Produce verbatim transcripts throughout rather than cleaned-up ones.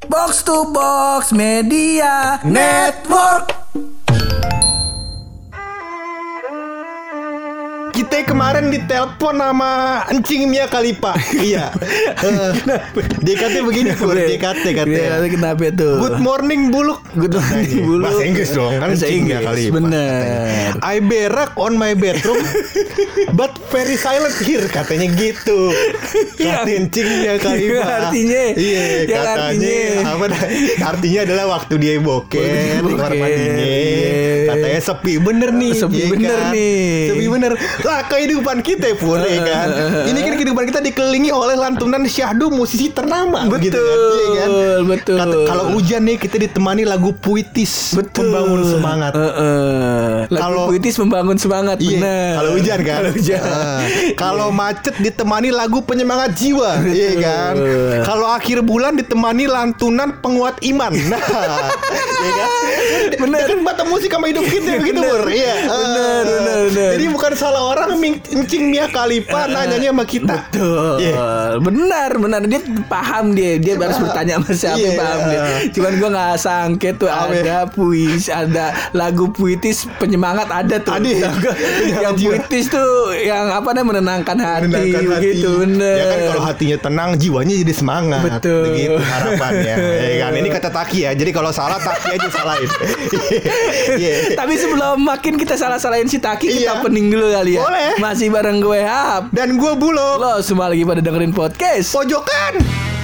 Box to Box Media Network. Kita kemarin ditelepon sama Encing Mia Khalifa. Iya. Uh, D K T begini Pur, D K T katanya. Kenapa itu? Good morning Buluk. Good morning Buluk. Bahasa Inggris dong, kan Encing Mia Khalifa. Bener. I berak on my bedroom, but very silent here, katanya gitu. Kata Encing Mia Khalifa. Artinya? Iya, katanya. Artinya. Apa? Artinya adalah waktu dia boker di kamar mandinya. Katanya sepi bener nih. Sepi ya bener kan? nih. Sepi bener. Lah kehidupan kita Pur, ya kan. Ini kan kehidupan kita dikelilingi oleh lantunan syahdu musisi ternama. Betul, gitu kan? Ya kan? Betul. Kata, kalau hujan nih kita ditemani lagu puitis. Betul. Membangun semangat. Uh, uh. Lagu Kalau puitis membangun semangat. Iya, bener. kalau hujan kan. Kalau hujan. Uh, kalau macet ditemani lagu penyemangat jiwa. Iya kan. Kalau akhir bulan ditemani lantunan penguat iman. Nah, iya kan. Bener. Kan bata musik sama hidup kita begitu Pur. Iya. Bener, bener, bener. Jadi bukan salah orang Encing Mia Khalifa nanyanya sama kita. Betul. Yeah. Benar, benar. Dia paham dia. Dia harus bertanya sama siapa yeah. yang paham dia. Cuman gue gak sangke tuh Awe. ada puis, ada lagu puitis penyemangat ada tuh. Adi, yang puitis tuh yang apa namanya menenangkan hati, menenangkan begitu. hati. Bener. Ya kan kalau hatinya tenang, jiwanya jadi semangat. Betul. Begitu harapannya. Ya kan. Ini kata Taki ya. Jadi kalau salah Taki aja salahin. yeah. Tapi sebelum makin kita salah-salahin si Taki, kita Iya. pening dulu kali ya. Boleh. Masih bareng gue Hap Dan gue Buluk. Lo semua lagi pada dengerin podcast Pojokan.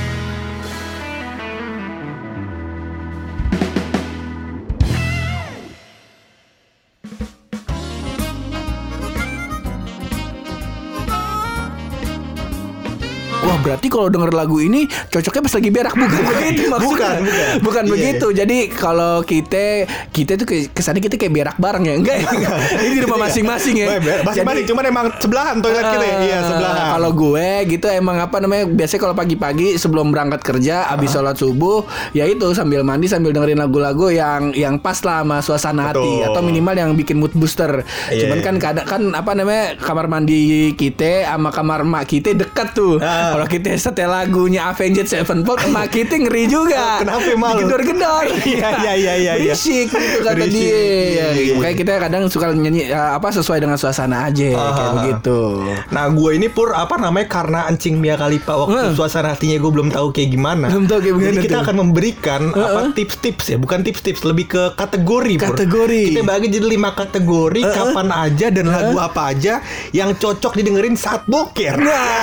Wah, berarti kalau denger lagu ini cocoknya pas lagi berak, bukan begitu maksudnya. Bukan, bukan. Bukan Yeah. begitu. Jadi kalau kita kita tuh kesannya kita kayak berak bareng ya. Enggak. Ini di rumah masing-masing ya. Masing-masing, cuman emang sebelahan toilet kita. Uh, Iya, sebelahan. Kalau gue gitu emang apa namanya, biasanya kalau pagi-pagi sebelum berangkat kerja, habis uh. sholat subuh, ya itu sambil mandi sambil dengerin lagu-lagu yang yang pas lah sama suasana Betul. hati atau minimal yang bikin mood booster. Yeah. Cuman kan kadang kan apa namanya, kamar mandi kita sama kamar mak kita dekat tuh. Uh. Kalau kita setel lagunya Avenged Sevenfold, mak kita ngeri juga. Kenapa malu? Digedor-gedor. Iya, iya, iya, iya. Berisik gitu kata Berisik. dia. Iya, iya. Makanya kita kadang suka nyanyi uh, apa sesuai dengan suasana aja uh, kayak begitu. Nah, gue ini Pur apa namanya, karena Encing Mia Khalifa waktu uh. suasana hatinya gue belum tahu kayak gimana. Belum tahu kayak Jadi gimana kita tuh. akan memberikan Uh-uh. apa tips-tips ya, bukan tips-tips, lebih ke kategori. Pur. Kategori. Kita bagi jadi lima kategori, uh-uh. kapan aja dan uh-uh. lagu apa aja yang cocok didengerin saat boker.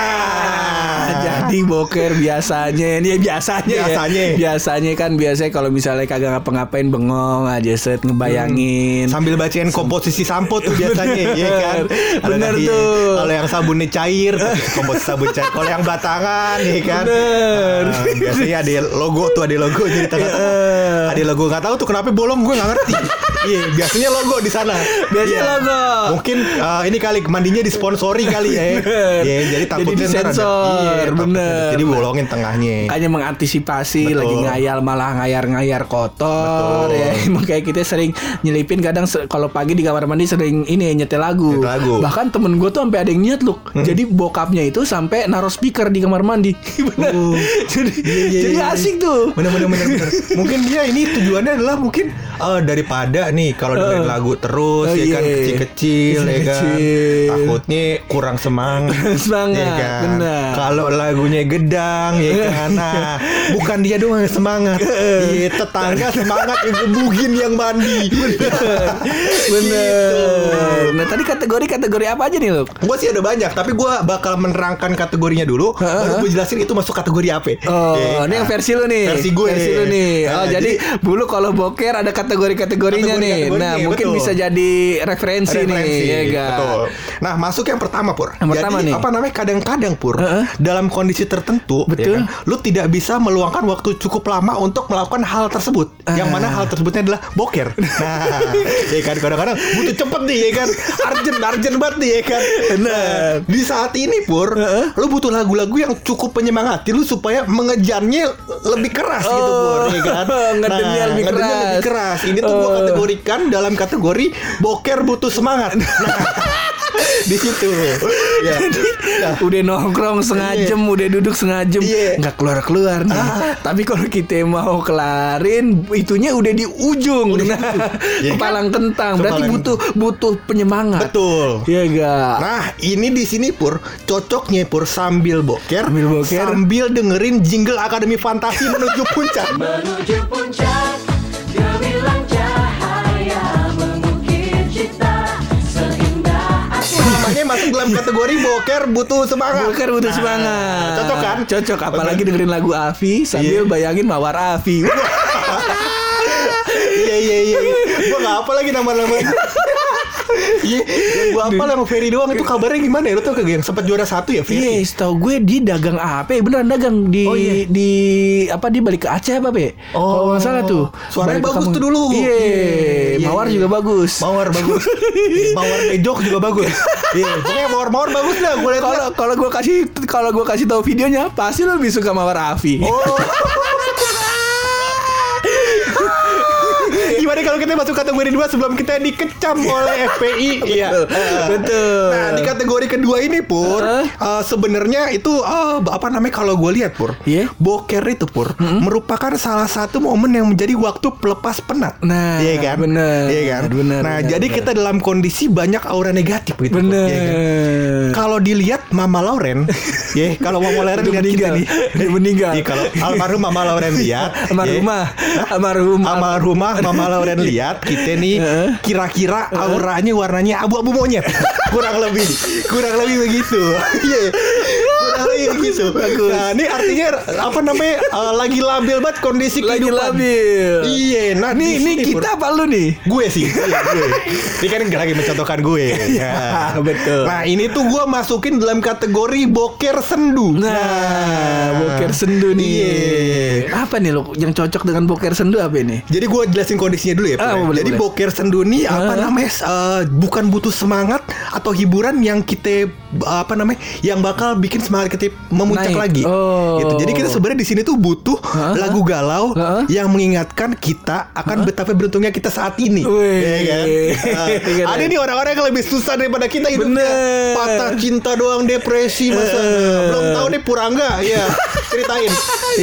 Nah, jadi boker biasanya ini ya biasanya Biasanya. ya. Biasanya kan biasanya kalau misalnya kagak ngapa-ngapain bengong aja set ngebayangin hmm. sambil bacain komposisi sampo tuh biasanya ya kan. Bener Ada tuh. Kalau yang sabunnya cair, komposisi sabun cair. Kalau yang batangan ya kan. Bener. Nah, biasanya ada logo tuh, ada logo jadi tengah-tengah. Ada logo, nggak tahu tuh kenapa bolong, gue nggak ngerti. Iya, biasanya logo di sana. Biasanya yeah. logo. Mungkin uh, ini kali mandinya disponsori kali ya. Iya, jadi takutnya jadi ntar ada. disensor, Iya, bener. Jadi bolongin tengahnya. Hanya mengantisipasi. Betul. Lagi ngayal malah ngayar-ngayar kotor. Betul. Ya, makanya kita sering nyelipin kadang se- kalau pagi di kamar mandi sering ini nyetel lagu. Nyetel lagu. Bahkan temen gue tuh sampai ada yang niat loh. Hmm. Jadi bokapnya itu sampai naruh speaker di kamar mandi. Bener. Oh. jadi Iya, iya, jadi iya. asik tuh. Bener-bener bener. Mungkin dia ini tujuannya adalah mungkin uh, daripada nih kalau dengerin uh. lagu terus Oh, ya kan, iya. kecil-kecil ya kan, takutnya kurang semangat. Semangat, ya kan? benar. Kalau lagunya gedang ya kan, nah bukan dia doang yang semangat, iya tetangga semangat ngegebugin yang mandi. Bener. Bener. Gitu. Nah tadi kategori-kategori apa aja nih lo? Gue sih ada banyak, tapi gue bakal menerangkan kategorinya dulu, uh-huh. baru gue jelasin itu masuk kategori apa. Oh, ya, ini yang kan? versi lu nih. Versi gue. Versi lu nih. Oh, Nah, jadi, jadi Bulu kalau boker ada kategori-kategorinya nih. Kategori-kategori Nah, nih, mungkin betul. bisa jadi referensi, Referensi, nih, ya kan? betul. Nah, masuk yang pertama, Pur. Yang pertama Jadi, nih. apa namanya, kadang-kadang, Pur, Uh-uh. dalam kondisi tertentu, Betul. ya kan, lu tidak bisa meluangkan waktu cukup lama untuk melakukan hal tersebut. Uh. Yang mana hal tersebutnya adalah boker. Nah, ya kan, kadang-kadang butuh cepet nih, ya kan, urgent, urgent banget nih, ya kan. Nah, di saat ini, Pur, Uh-uh. lu butuh lagu-lagu yang cukup menyemangati lu supaya mengejarnya lebih keras Oh. gitu, Pur, ya kan. Ngedemnya lebih ngedemnya keras. lebih keras. Ini tuh Oh. gua kategorikan dalam kategori boker butuh semangat. Nah, Di situ. Ya. Nah, udah nongkrong setengah Iya. jam, udah duduk setengah jam, Iya. nggak keluar-keluar nih. Ah. Tapi kalau kita mau kelarin, itunya udah di ujung. Udah di Nah, ujung. Iya kan? kepalang kentang. Berarti Kepalang butuh butuh penyemangat. Betul. Iya gak? Nah, ini di sini Pur, cocoknya Pur sambil boker, Sambil boker. sambil dengerin jingle Akademi Fantasi menuju puncak. Menuju puncak gemilang cahaya mengukir cita seindah aku. Namanya masuk dalam kategori boker butuh semangat. Boker butuh semangat. Cocok kan? Cocok. Apalagi dengerin lagu Afi sambil Iya. bayangin mawar Afi. Iya iya iya. Gua nggak apa lagi nama-nama. Iya, yang gua apa yang Ferry doang itu kabarnya gimana ya? Lu tau kagak yang sempat juara satu ya Ferry? Iya, setahu gue di dagang apa? ya? Beneran dagang di Oh, iya. di apa di balik ke Aceh apa be? Oh, Kalau nggak salah tuh. suaranya Balik ke bagus kampung. tuh dulu. Iya, Iya, mawar iya. juga bagus. Mawar bagus. Mawar Bejok juga bagus. Iya, pokoknya mawar-mawar bagus dah. Gue lihat. Kalau kalau gue kasih kalau gue kasih tahu videonya pasti lo lebih suka mawar Afi. Oh. Gimana kalau kita masuk kategori dua sebelum kita dikecam oleh F P I? Iya. Betul. Nah, di kategori kedua ini Pur, Hah? uh, sebenarnya itu uh, apa namanya kalau gue lihat Pur, Iya. boker itu Pur merupakan salah satu momen yang menjadi waktu pelepas penat. Nah, iya kan? bener. Iya kan? Bener, Nah, bener, jadi bener. kita dalam kondisi banyak aura negatif gitu. Pur. Bener. Iya kan? Kalau dilihat Mama Lauren, ya kalau Mama Lauren Udah lihat kita meninggal. nih, Udah meninggal. Iya, kalau almarhum Mama Lauren lihat, Almarhumah. Almarhum. almarhumah Mama Lauren lihat kita nih kira-kira auranya warnanya abu-abu monyet. Kurang lebih. Kurang lebih begitu. Iya. Kurang lebih begitu. Bagus. Nah, ini artinya apa namanya? uh, lagi labil banget kondisi Lagi kehidupan. labil. Iya, nah Nih, di nih sini, kita Pur. apa lu nih? Gue sih, iya, gue. Ini kan lagi mencontohkan gue. Nah, betul. Nah, ini tuh gue masukin dalam kategori boker sendu. Nah, boker sendu nih. Iya. Apa nih lo yang cocok dengan boker sendu apa ini? Jadi gue jelasin kondisinya dulu ya. Pur, Ah, ya. boleh, Jadi boleh. boker sendu nih apa Ah. namanya? uh, bukan butuh semangat atau hiburan yang kita uh, apa namanya? Yang bakal bikin semangat kita memuncak Naik. lagi. Oh. Gitu. Jadi kita sebenarnya di sini tuh butuh Ah. lagu galau Ah. yang mengingatkan kita akan betapa beruntungnya kita saat ini. Wih. Ya kan? Keren. Uh, ada nih orang-orang yang lebih susah daripada kita hidupnya. Bener. Patah cinta doang, depresi masa. Eh. Belum tahu nih Purangga. Ya, ceritain.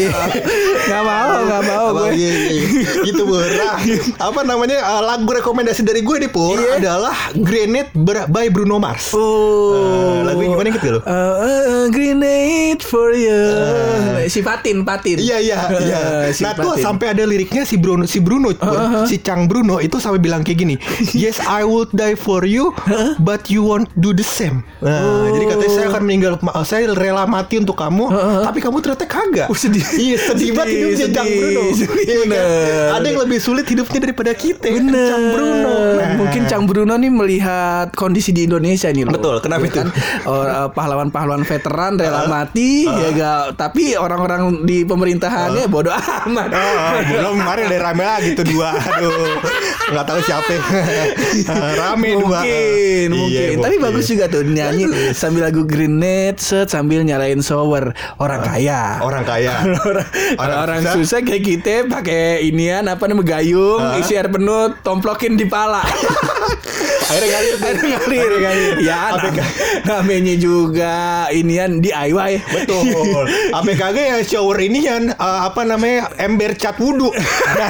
Gak mau, gak mau Apa, gue. iya, iya. Gitu Pur. Nah, apa namanya uh, lagu rekomendasi dari gue nih Pur Iya. adalah Grenade ber- by Bruno Mars. Oh, Uh, lagunya gimana gitu loh? Uh, uh, grenade for you. si Patin, Patin. Iya iya iya. Si Nah tuh Patin. sampai ada liriknya si Bruno si Bruno Pur, Uh-huh. si Chang Bruno itu sampai bilang kayak gini. Yes I would die for you, but you won't do the same. Nah, Oh. jadi katanya saya akan meninggal, ma- saya rela mati untuk kamu, tapi kamu ternyata kagak. Oh, sedih. Iya sedih banget Sedih, hidupnya Chang sedih, Bruno. sedih, Iya kan? bener. Ada yang lebih sulit hidupnya daripada kita. Bener. Chang Bruno. Nah. Mungkin Chang Bruno nih melihat kondisi di Indonesia nih loh. Betul, kenapa Ya itu? kan? Oh, uh, pahlawan-pahlawan veteran rela mati ya gak, tapi orang-orang di pemerintahannya bodoh amat. Oh, belum kemarin ada rame lagi tuh dua. Aduh, nggak tahu siapa. Rame dua. Mungkin, mungkin. Iya, Tapi mungkin. bagus juga tuh nyanyi sambil lagu Grenade set sambil nyalain shower. Orang kaya. Orang kaya. orang, Orang orang susah. susah kayak kita pakai inian apa namanya gayung, Hah? isi air penuh, tomplokin di pala. Akhirnya ngalir tuh. Air ngalir. Akhirnya ngalir. Ya, A P K. nam- namanya juga inian D I Y. Betul. A P K G ya shower ini kan uh, apa namanya ember cat wudhu. Nah,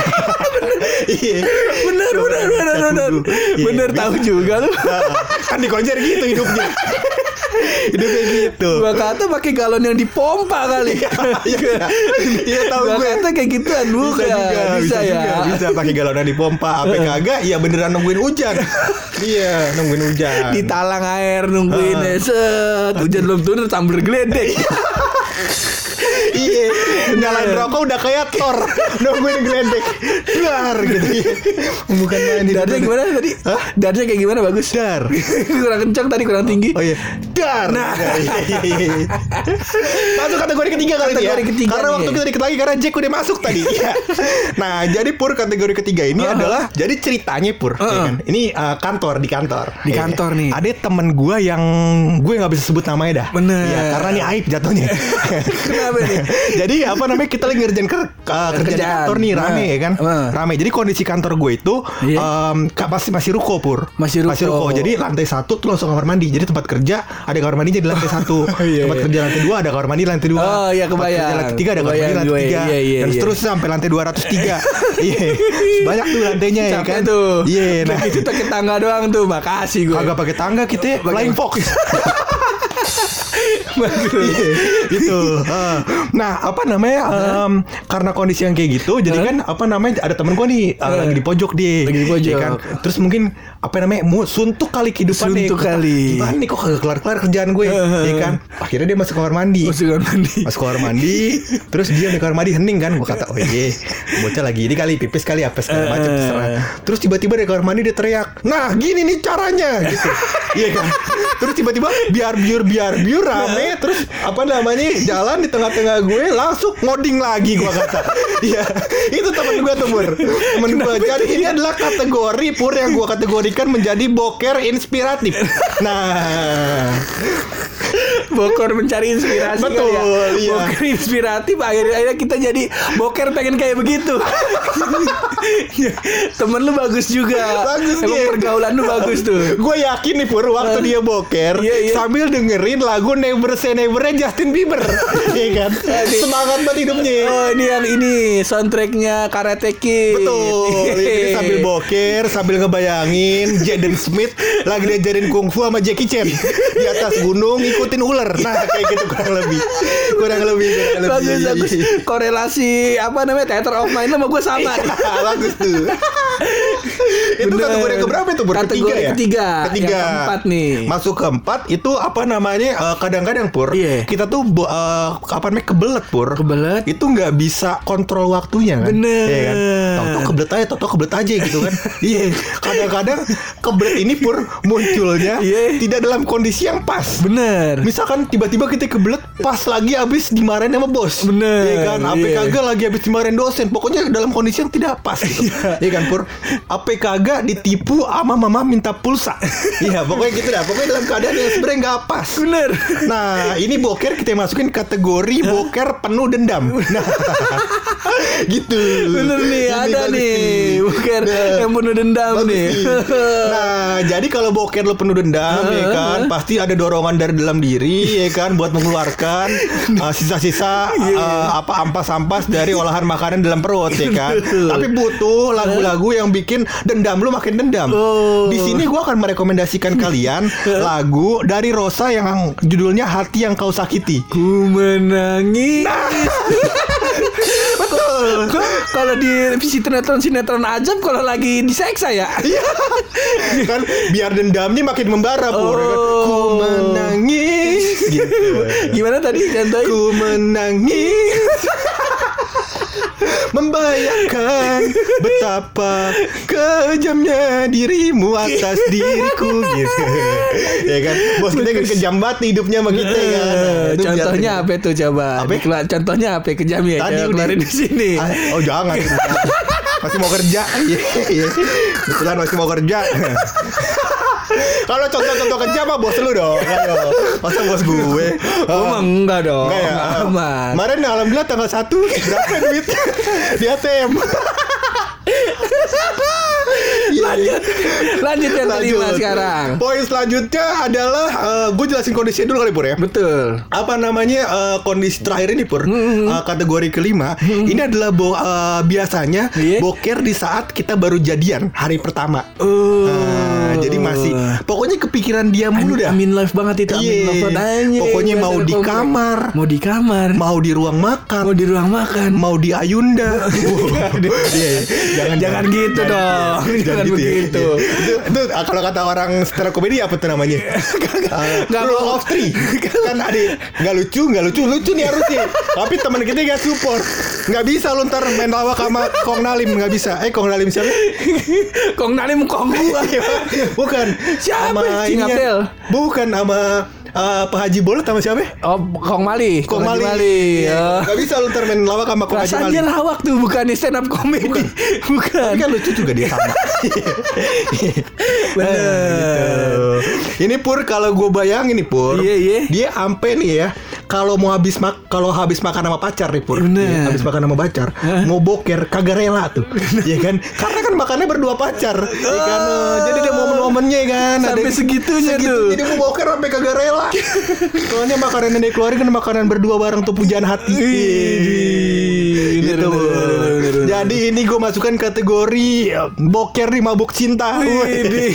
iya. Bener, Shower bener, ember bener, cat bener. wudhu. Iya, Bener bisa. tahu juga lu. Nah, kan di konser gitu hidupnya. Hidupnya gitu. Gua kata pakai galon yang dipompa kali. Iya, iya tahu Gua gue. kata kayak gituan bukan. Bisa juga, Bisa, ya. juga. Bisa pakai galon di pompa. A P K G ya beneran nungguin hujan. Iya, nungguin hujan. Di talang air nungguin Ah. ya, set hujan belum turun tumbler geledek. Iya, nyalain rokok udah kayak Thor nungguin geledek. Dar gitu. Bukan main di Darnya gimana tadi? Hah? Darnya kayak gimana bagus? Dar. Kurang kencang tadi, kurang tinggi. Oh iya. Dar. Nah, masuk kategori ketiga kali ini ya. Kategori ketiga Karena nih. waktu kita dikit lagi karena Jack udah masuk tadi. Iya. Nah, jadi Pur kategori ketiga ini Uh-huh. adalah jadi ceritanya Pur, ya Uh-uh. kan. Ini uh, kantor di kantor. Di Ya, kantor nih. Ada temen gue yang gue nggak bisa sebut namanya dah. Bener. Iya, karena ini aib jatuhnya. apa nih? Jadi apa namanya kita lagi ngerjain ker, uh, kerjaan di Kerjaan. kantor nih rame Nah, ya kan, nah. rame. Jadi kondisi kantor gue itu Iya. um, ka- masih masih ruko pur, Masih ruko. Jadi lantai satu tuh langsung kamar mandi. Jadi tempat kerja ada kamar mandinya di lantai satu, Iya, tempat iya. kerja lantai dua ada kamar mandi lantai dua, Oh, iya, tempat kerja kebayang. lantai tiga ada kamar mandi Kebayang lantai gue. tiga, Iya, iya, dan iya. seterusnya sampai lantai dua ratus tiga. Iya, banyak tuh lantainya ya Capek kan. tuh. Iya, nah Begitu pakai tangga doang tuh. Makasih gue. kagak pakai tangga kita flying fox. Bagus. Gitu. Uh, nah, apa namanya? Um, karena kondisi yang kayak gitu, jadi kan apa namanya? Ada temen gue nih uh, lagi di pojok dia. Lagi di pojok. Ya kan? Terus mungkin apa namanya? Mu, suntuk kali kehidupannya. Suntuk Kata, kali. Gimana nih kok kagak kelar-kelar kerjaan gue? Ya kan? Akhirnya dia masuk kamar mandi. Masuk kamar mandi. Masuk kamar mandi, terus dia di kamar mandi hening kan? Gue kata, oh iya, bocah lagi ini kali pipis kali apa segala macam terserah. Terus tiba-tiba di kamar mandi dia teriak, nah gini nih caranya, gitu. Iya kan? Terus tiba-tiba biar biur biar biur rame, terus apa namanya jalan di tengah-tengah gue langsung ngoding lagi gue kata. Iya, itu temen gue tuh Pur, temen gue. Jadi ini adalah kategori Pur yang gue kategorikan menjadi boker inspiratif. Nah. Bokor mencari inspirasi. Betul, kali ya. iya. Boker inspiratif akhirnya, akhirnya kita jadi boker pengen kayak begitu. Temen lu bagus juga. Bagus Emang dia. pergaulan lu bagus tuh. Gue yakin nih Pur, waktu dia boker Iya, iya. sambil dengerin lagu Never Say Never-nya Justin Bieber. Iya kan? Semangat banget hidupnya. Oh ini yang ini soundtracknya Karate Kid. Betul. Jadi sambil boker, sambil ngebayangin Jaden Smith lagi diajarin kungfu sama Jackie Chan di atas gunung ngikutin ular. Nah, kayak gitu kurang lebih. Kurang lebih, kurang lebih. Bagus, bagus. Korelasi apa namanya theater of mind sama gue sama. nih. Bagus tuh. Itu Bener. kategori yang keberapa itu? Pur? Kategori Ketiga ya? ketiga. Ketiga. Yang keempat nih. Masuk keempat itu apa namanya? eh, kadang-kadang Pur. Iya. Kita tuh bo- eh, apa namanya kebelet Pur. Kebelet. Itu nggak bisa kontrol waktunya kan? Bener. Iya kan? Tau-tau kebelet aja, tau-tau kebelet aja gitu kan? Iya. Kadang-kadang kebelet ini Pur munculnya Iya. tidak dalam kondisi yang pas. Bener. Misalkan tiba-tiba kita kebelet pas lagi abis dimarahin sama bos. Bener, Iya kan? A P iya. kagak lagi abis dimarahin dosen. Pokoknya dalam kondisi yang tidak pas gitu. Iya kan Pur? A P kagak ditipu sama mama minta pulsa. Iya pokoknya gitu dah. Pokoknya dalam keadaan yang sebenarnya nggak pas. Bener. Nah ini boker kita masukin kategori boker penuh dendam. Nah gitu. Bener nih, Ini ada bagus nih boker Nah, yang penuh dendam bagus nih. Nah, jadi kalau boker lo penuh dendam ya kan, pasti ada dorongan dari dalam diri ya kan buat mengeluarkan uh, sisa-sisa uh, apa ampas-ampas dari olahan makanan dalam perut ya kan. Tapi butuh lagu-lagu yang bikin dendam lu makin dendam. Oh. Di sini gua akan merekomendasikan kalian lagu dari Rosa yang judulnya Hati Yang Kau Sakiti. Ku menangis. Betul. Kalau di sinetron sinetron ajab kalau lagi diseksa ya. Iya. Kan biar dendamnya makin membara Pur. Ya kan? Ku Oh. menangis gitu. Gimana tadi contohnya? Ku menangis membayangkan betapa kejamnya dirimu atas diriku gitu. Ya kan? Bos kita kan kejam banget hidupnya sama kita kan. Nah, itu Contohnya biar- apa itu coba? Apa? Dikela- Contohnya apa? Kejam ya? Tadi Coba udah- keluarin di sini. Ah, oh jangan. Masih mau kerja. Iya, iya. Kebetulan masih mau kerja. Kalau contoh-contoh kerja mah bos lu dong. Ayo. Masa bos gue? Oh, Ah. emang enggak dong. Enggak ya? Enggak aman. Kemarin alhamdulillah tanggal satu berapa duit di A T M? Lanjut. Lanjut yang kelima sekarang. Poin selanjutnya adalah eh, gue jelasin kondisinya dulu kali Pur ya. Betul. Apa namanya eh, kondisi terakhir ini Pur, Eh, kategori kelima ini adalah bo- eh, biasanya Iya. boker di saat kita baru jadian hari pertama. Oh. Nah, jadi masih pokoknya kepikiran dia mulu dah. Amin life banget itu. Amin Iya. life banget anjing. Pokoknya mau Dasar di komplek. kamar, Mau di kamar. mau di ruang makan, Mau di ruang makan. mau di Ayunda. Iya, iya. Jangan jangan gitu dong. Jangan gitu ya. begitu. Itu, itu ah, kalau kata orang stand up comedy apa tuh namanya? Ah, Nggak rule mau. of three. Kan ada nggak lucu, nggak lucu, lucu nih harusnya. Tapi teman kita nggak support. Nggak bisa lu ntar main lawak sama Kong Nalim, nggak bisa. Eh Kong Nalim siapa? Kong Nalim kong gua. Bukan. Siapa? Sama Cing ininya. Abdel. Bukan sama uh, Pak Haji Bolot sama siapa? Oh, Kong Mali. Kong Haji Mali. Iya. Oh. Gak bisa lu ntar main lawak sama Kong Haji Perasaan Mali. dia lawak tuh, bukan stand up comedy. Bukan. Tapi kan lucu juga dia sama. Bener. Gitu. Ini Pur kalau gue bayangin nih Pur, Iya, iya. dia ampe nih ya kalau mau habis mak kalau habis makan sama pacar nih Pur. Bener. Ya, habis makan sama pacar, mau boker kagak rela tuh. Iya kan? Karena kan makannya berdua pacar. Iya kan? Eh, jadi ada momen-momennya kan. Sampai ada, segitunya segitu, tuh. Jadi mau boker sampai kagak rela. Soalnya makanan yang dikeluarin kan makanan berdua bareng tuh pujaan hati. Bener, Gitu. bener, bener, bener, bener. Jadi ini gue masukkan kategori ya, boker nih mabuk cinta. Widih.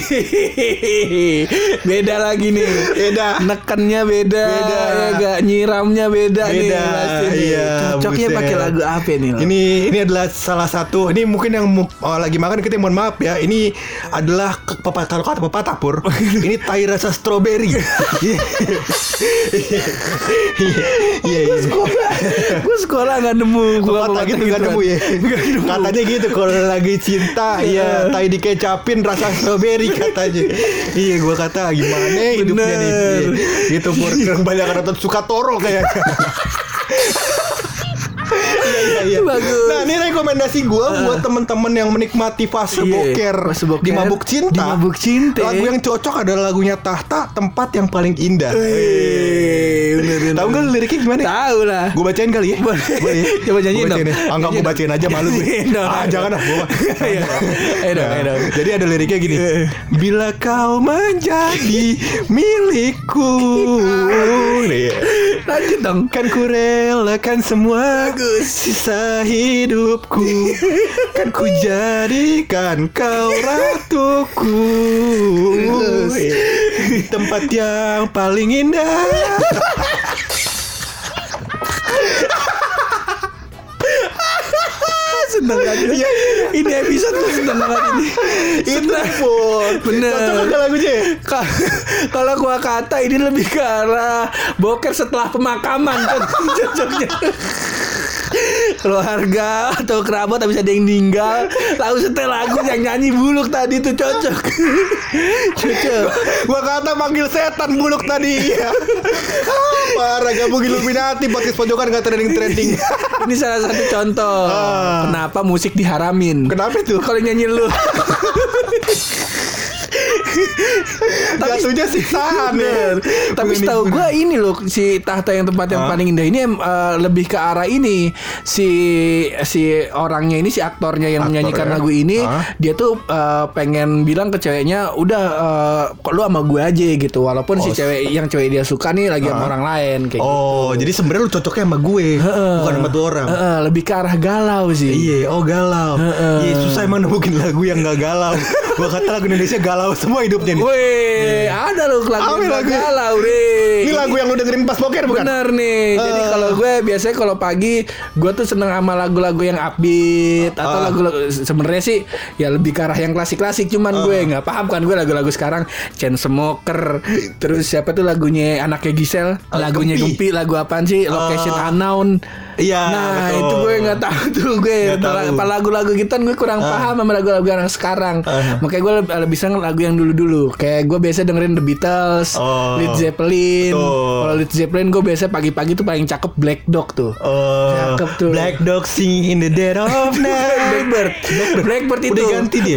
Beda lagi nih. Beda. Nekennya beda. Beda. Ya gak, nyiramnya beda, nih Beda. pasti nih. Iya, Cocoknya buset. pakai lagu apa nih lo? Ini ini adalah salah satu. Ini mungkin yang mu- oh, lagi makan kita mohon maaf ya. Ini adalah ke- pepatah kalau kata pepatah Pur. Ini tai rasa stroberi. Iya. Iya iya. Gue sekolah gak nemu. Gua Pepatah gitu gak nemu ya. Katanya gitu kalau lagi cinta ya tai dikecapin rasa stroberi katanya. Iya gua kata gimana hidupnya nih. Bener. Iya. Gitu Pur. Kebanyakan nonton Sukatoro kayaknya. Iya, iya. Bagus. Nah ini rekomendasi gue buat temen-temen yang menikmati fase Iya, boker, fase boker, di Mabuk Cinta. di Mabuk Cinta. Lagu yang cocok adalah lagunya Tahta, Tempat yang Paling Indah. Wih, bener, bener. Tahu nggak liriknya gimana? Tahu lah. Gue bacain kali ya. Boleh. Boleh. Coba nyanyiin Gua bacain dong. ya. Ah, enggak gue Nyanyiin bacain aja malu gue. Nyanyiin dong. Ah jangan lah gue. Ayo, ayo dong, ayo dong. Jadi ada liriknya gini. Bila kau menjadi milikku. Nih. Lanjut dong. Kan ku relakan semua sisa hidupku. Kan ku jadikan kau ratuku di tempat yang paling indah. Seneng banget. Ini episode tuh seneng banget ini. Itu pun Bener. cocok gak lagunya? Ka- Kalau gua kata ini lebih ke arah boker setelah pemakaman kan cocoknya. Keluarga atau kerabat habis ada yang meninggal, lalu setel lagu yang nyanyi Buluk tadi itu cocok. Cocok. Gua kata panggil setan Buluk tadi. Ah, parah gabung Illuminati podcast pojokan gak trending-trending. Ini salah satu contoh Ah. kenapa musik diharamin. Kenapa tuh? Kalau nyanyi lu. Jatuhnya siksaan ya. Tapi setahu gue ini loh si Tahta yang tempat yang Hah? paling indah ini em, eh, lebih ke arah ini si si orangnya ini si aktornya yang Aktor menyanyikan ya? lagu ini Hah? dia tuh eh, pengen bilang ke ceweknya udah eh, kok lu sama gue aja gitu walaupun si Oh, cewek yang cewek dia suka nih lagi sama Hah? orang lain kayak gitu. Oh, jadi sebenarnya lu cocoknya sama gue, Heeh. bukan sama tuh orang. Heeh, lebih ke arah galau sih. Iya, oh galau. Heeh. Iya, susah emang nemuin lagu yang gak galau. Gua kata lagu Indonesia galau semua hidupnya nih. Wih, ada loh lagu Apa yang lagu? galau deh. Ini lagu yang lu dengerin pas boker bukan? Bener nih. Jadi Eh. kalau gue biasanya kalau pagi gue tuh seneng sama lagu-lagu yang upbeat atau Ah. lagu-lagu sebenarnya sih ya lebih ke arah yang klasik-klasik cuman gue nggak paham kan gue lagu-lagu sekarang Chainsmokers terus siapa tuh lagunya anaknya Gisel Oh, lagunya Gempi. Gempi lagu apaan sih Location Ah. Unknown. Iya, Nah betul. itu gue nggak tahu tuh gue Nggak tahu. apa lagu-lagu gitu gue kurang paham sama lagu-lagu yang sekarang. Ah. Makanya gue lebih, lebih seneng lagu yang dulu-dulu. Kayak gue biasa dengerin The Beatles, Oh. Led Zeppelin. Betul. Kalau Led Zeppelin gue biasa pagi-pagi tuh paling cakep Black Dog tuh. Oh, Cakep tuh. Black Dog Sing in the Dead of Night. Blackbird. Blackbird itu. Udah ganti dia.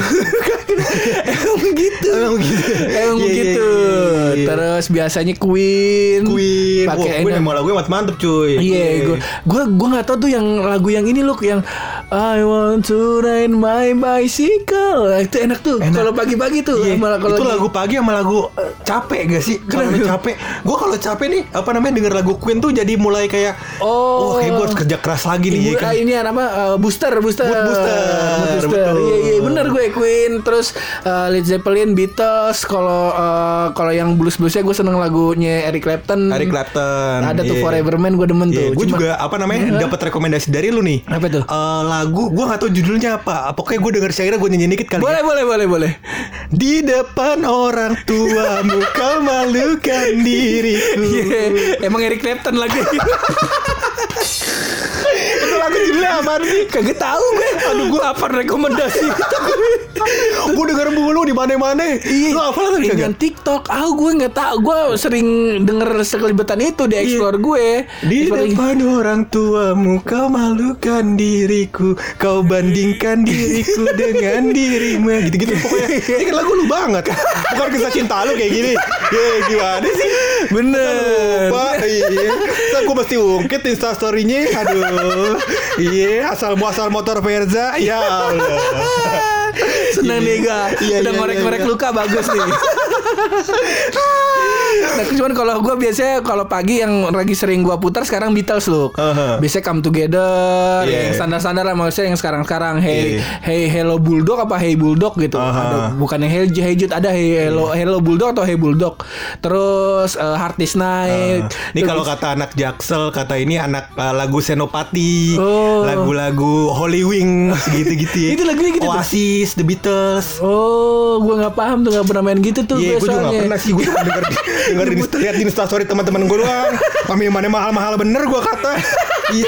Emang begitu. Emang begitu. Emang Iya, begitu. iya, iya, iya. Terus biasanya Queen. Queen. Wah, Pakai gue enak- emang lagunya mantep cuy. Iya, gue gue gue nggak tahu tuh yang lagu yang ini loh yang I want to ride my bicycle. Itu enak tuh. Enak. Kalau pagi-pagi tuh. Iya, sama kalau itu lagi- lagu pagi sama lagu eh, capek gak sih? Kalau lu capek, gue kalau capek nih apa namanya denger lagu Queen tuh jadi mulai kayak Oh. oh kayak gue harus kerja keras lagi nih. Ibu, ya kan? ah, ini apa uh, booster booster Mood booster, Mood booster. betul. Iya iya benar gue Queen terus uh, Led Zeppelin Beatles kalau uh, kalau yang blues bluesnya gue seneng lagunya Eric Clapton. Eric Clapton. Ada tuh Iya. Forever Man gue demen Iya, tuh. gue Cuma- juga apa namanya dapat rekomendasi dari lu nih. Apa tuh? Eh, lagu gue gak tahu judulnya apa. Pokoknya gue denger syairnya gue nyanyi dikit kali. boleh ya. boleh boleh boleh. Di depan orang tuamu kau malukan diriku. Iya, emang Eric Clapton lagi. Itu lagu judulnya apa sih? Kagak tahu gue. Aduh gue apa rekomendasi. Gue denger mulu di mana-mana. Lu hafal kan Dengan kagak? TikTok. Ah, gue nggak tahu. Gue sering denger sekelibetan itu di explore gue. Di Seperti- depan orang tuamu kau malukan diriku, kau bandingkan diriku dengan dirimu. Gitu-gitu pokoknya. Ini kan lagu lu banget. Bukan kisah cinta lu kayak gini. Ya gimana sih? Bener. Lupa. Iya. Terus gue mesti ungkit instastory-nya. Aduh. Iya, asal muasal motor Verza. Ya Allah. Seneng nih gue. Iya, Udah iya, ngorek-ngorek iya, iya. luka bagus nih. Nah, cuman kalau gue biasanya kalau pagi yang lagi sering gue putar sekarang Beatles loh. Uh-huh. Biasanya Come Together, Yeah. yang standar-standar lah maksudnya yang sekarang-sekarang. Hey, Yeah. hey Hello Bulldog apa Hey Bulldog gitu. Uh-huh. Ada bukan yang Hey, hey Jude, ada Hey Hello Hello Bulldog atau Hey Bulldog. Terus uh, Hard Day's Night. Ini kalau kata anak Jaksel, kata ini anak uh, lagu Senopati, Oh. lagu-lagu Holy Wings gitu-gitu ya. Itu lagunya gitu tuh? Oasis, The Beatles. Oh, gue nggak paham tuh, nggak pernah main gitu tuh. Iya, gue juga soalnya. gak pernah sih. Gue cuma denger, denger di, lihat di instastory teman-teman gue doang. Minumannya mahal-mahal bener gue kata. Iya.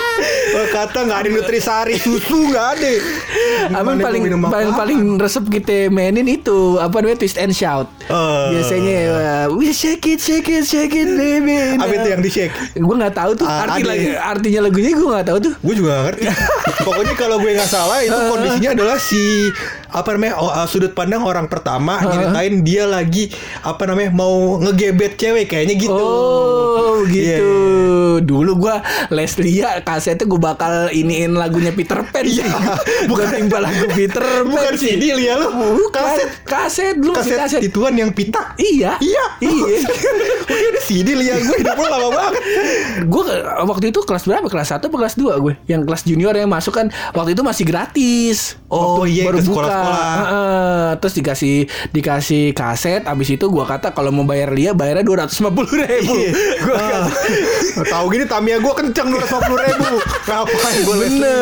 Gue kata gak ada nutrisari, susu gak ada. Abang Minumannya paling gua minum paling apa? paling resep kita mainin itu apa namanya twist and shout. Eh. Biasanya uh, we shake it shake it shake it baby. Apa itu yang di shake? Gue nggak tahu tuh Ah, arti ada lagi ya? artinya lagunya gue nggak tahu tuh. Gue juga gak ngerti. Pokoknya kalau gue gak salah itu kondisinya adalah si apa namanya oh, uh, sudut pandang orang pertama nyeritain dia lagi apa namanya mau ngegebet cewek kayaknya gitu. Oh gitu. Iya. Dulu gue Leslia kasetnya gue bakal iniin lagunya Peter Pan sih. Bukan timpa lagu Peter Pan Bukan sih. C D lihat lu. Bukan. Kaset. Kaset dulu masih Kaset, kaset. ituan yang pita. Iya. Iya. Iya. Oke, ada C D lihat gue hidup lu lama banget. Gue waktu itu kelas berapa? Kelas satu atau kelas dua gue? Yang kelas junior yang masuk kan waktu itu masih gratis. Oh, Waktu iya, ke sekolah-sekolah. Heeh. Terus dikasih dikasih kaset. Abis itu gue kata kalau mau bayar Lia bayarnya dua ratus lima puluh ribu. Gue Ah. Tahu gini Tamiya gue kenceng dua ratus lima puluh ribu. Ngapain gue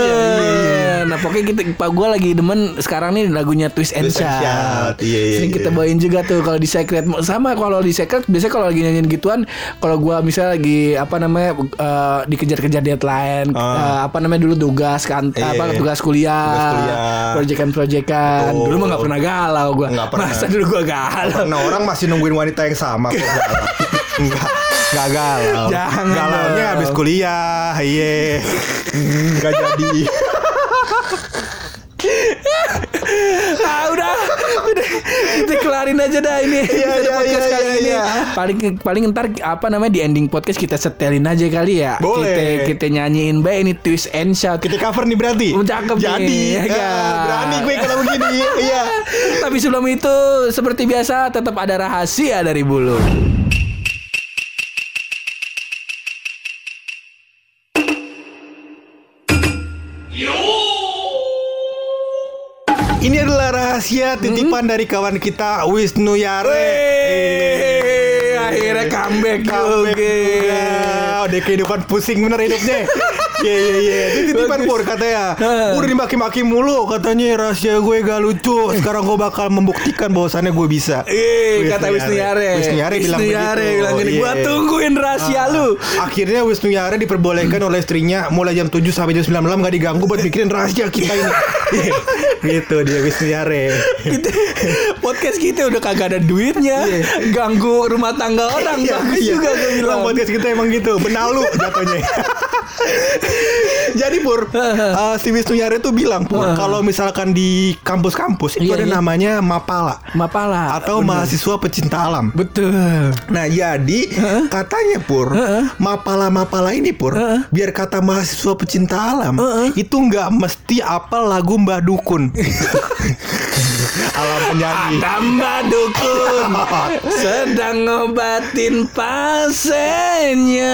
Bener. Nah pokoknya kita, pak gue lagi demen sekarang nih lagunya Twist and Twist and Shout. Shout. Iya, iya, Sering kita iya. bawain juga tuh kalau di Secret. Sama kalau di Secret biasanya kalau lagi nyanyiin gituan, kalau gue misalnya lagi apa namanya eh, dikejar-kejar deadline, Ah. eh, apa namanya dulu tugas kan, Iya. apa tugas kuliah, Tugas kuliah. proyekan-proyekan. Betul. Dulu mah nggak pernah galau gue. Nggak pernah. Masa dulu gue galau. Nah orang masih nungguin wanita yang sama kok galau. Enggak, enggak galau. Jangan Galaunya dong. habis kuliah, iya. Enggak jadi. Ah udah, udah kita kelarin aja dah ini Iya, episode iya, podcast iya, kali iya, ini. iya. Paling paling ntar apa namanya di ending podcast kita setelin aja kali ya. Boleh. Kita kita nyanyiin baik ini Twist and Shout. Kita cover nih berarti. Oh, cakep nih, Jadi, ya eh, kan? berani gue kalau begini. Iya. Tapi sebelum itu seperti biasa tetap ada rahasia dari Bulu. Ini adalah rahasia titipan dari kawan kita Wisnu Yare. Wey, akhirnya comeback Comeback juga. juga. Udah kehidupan pusing bener hidupnya. Iya iya iya. Itu titipan Bagus. Pur katanya. Hah. Udah dimaki-maki mulu katanya rahasia gue gak lucu. Sekarang gue bakal membuktikan bahwasannya gue bisa. Eh, kata Wisnu Yare. Wisnu Yare bilang Wisnu Yare begitu. bilang gini, Iya. gua tungguin rahasia lu. Akhirnya Wisnu Yare diperbolehkan oleh istrinya mulai jam tujuh sampai jam sembilan malam gak diganggu buat mikirin rahasia kita ini. Gitu dia Wisnu Yare. Kita- podcast kita udah kagak ada duitnya, Iya. ganggu rumah tangga orang. Bagus juga gue bilang. Emang podcast kita emang gitu, benalu jatuhnya. Jadi Pur, uh, si Wisnu Yare tuh bilang Pur, Wah. kalau misalkan di kampus-kampus itu Iya, ada iya. namanya Mapala Mapala atau mahasiswa pecinta alam. Betul. Nah jadi katanya Pur, Mapala-Mapala ini Pur, biar kata mahasiswa pecinta alam itu nggak mesti apal lagu Mbah Dukun. Alam penyanyi. Tambah dukun sedang ngobatin pasiennya.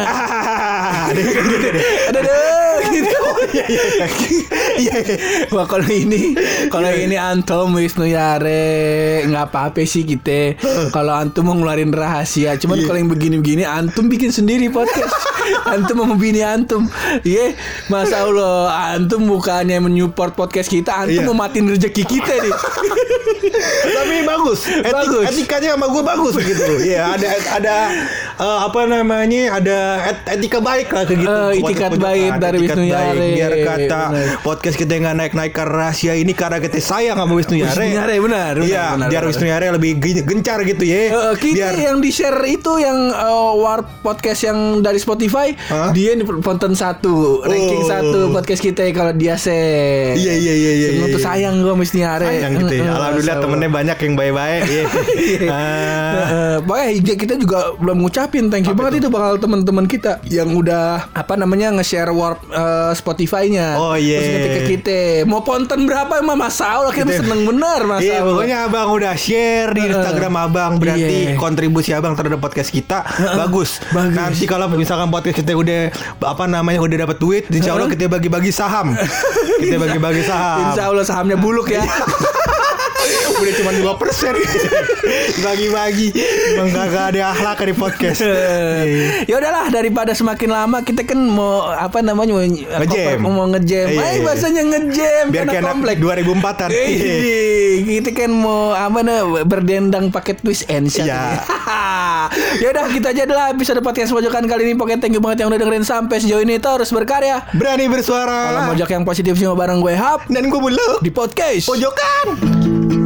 Ada deh gitu. Iya iya iya. Wah kalau ini kalau ini Antum Wisnu Yare nggak apa-apa sih kita. Kalau Antum mau ngeluarin rahasia, cuman Iya. kalau yang begini-begini Antum bikin sendiri podcast. Antum mau bini Antum. Iya, Masa Allah Antum bukannya menyupport podcast kita, Antum Iya. mau matiin rezeki kita nih. Tapi bagus. Etik, Bagus. Etikanya sama gue bagus gitu. Iya, ada ada eh, apa namanya ada et- etika baik lah ke gitu. Eh, itikat Podcast-podcasan, baik dari itikat Wisnu baik. Yare. Biar kata Benar. podcast kita nggak naik-naik ke rahasia ini karena kita sayang sama Wisnu Yare. Wisnu Yare, benar, benar, Iya, benar, biar benar. Wisnu Yare lebih gen- gencar gitu ya. Eh, kita biar yang di share itu yang uh, war podcast yang dari Spotify, Hah? dia di Ponten satu, ranking Oh. satu podcast kita kalau dia share. Iya iya iya iya. Seneng iya. tuh sayang gue Wisnu Yare. Sayang gitu ya. Mm-mm, Alhamdulillah Masya temennya Allah. banyak yang baik-baik. Iya. Ah. Eh, pokoknya I G kita juga belum ngucapin thank you banget itu bakal teman-teman kita yang udah apa namanya nge-share warp eh, Spotify-nya. Oh, iya. Terus ngetik ke kita. Mau ponten berapa emang Masa Allah kita Gitu. seneng bener Masa Iya Allah. pokoknya abang udah share di Instagram abang. Berarti Iya. kontribusi abang terhadap podcast kita bagus. bagus. Nanti kalau misalkan podcast kita udah apa namanya udah dapat duit, insya Allah kita bagi-bagi saham. Kita bagi-bagi saham. Insya Allah sahamnya buluk ya. Udah cuma dua persen bagi-bagi. Emang kagak ada akhlak di podcast. Ya udahlah daripada semakin lama kita kan mau apa namanya mau Ngejam. mau ngejam. Iya, Ay, iya. bahasanya ngejam Biar karena kayak anak komplek. dua ribu empat-an. Ih, kita kan mau apa nih berdendang pakai twist and shout. Iya. Ya udah kita aja adalah episode podcast pojokan kali ini. Pokoknya thank you banget yang udah dengerin sampai sejauh ini, terus berkarya. Berani bersuara. Kalau mojok yang positif semua bareng gue Hap Dan gue Buluk di podcast Pojokan.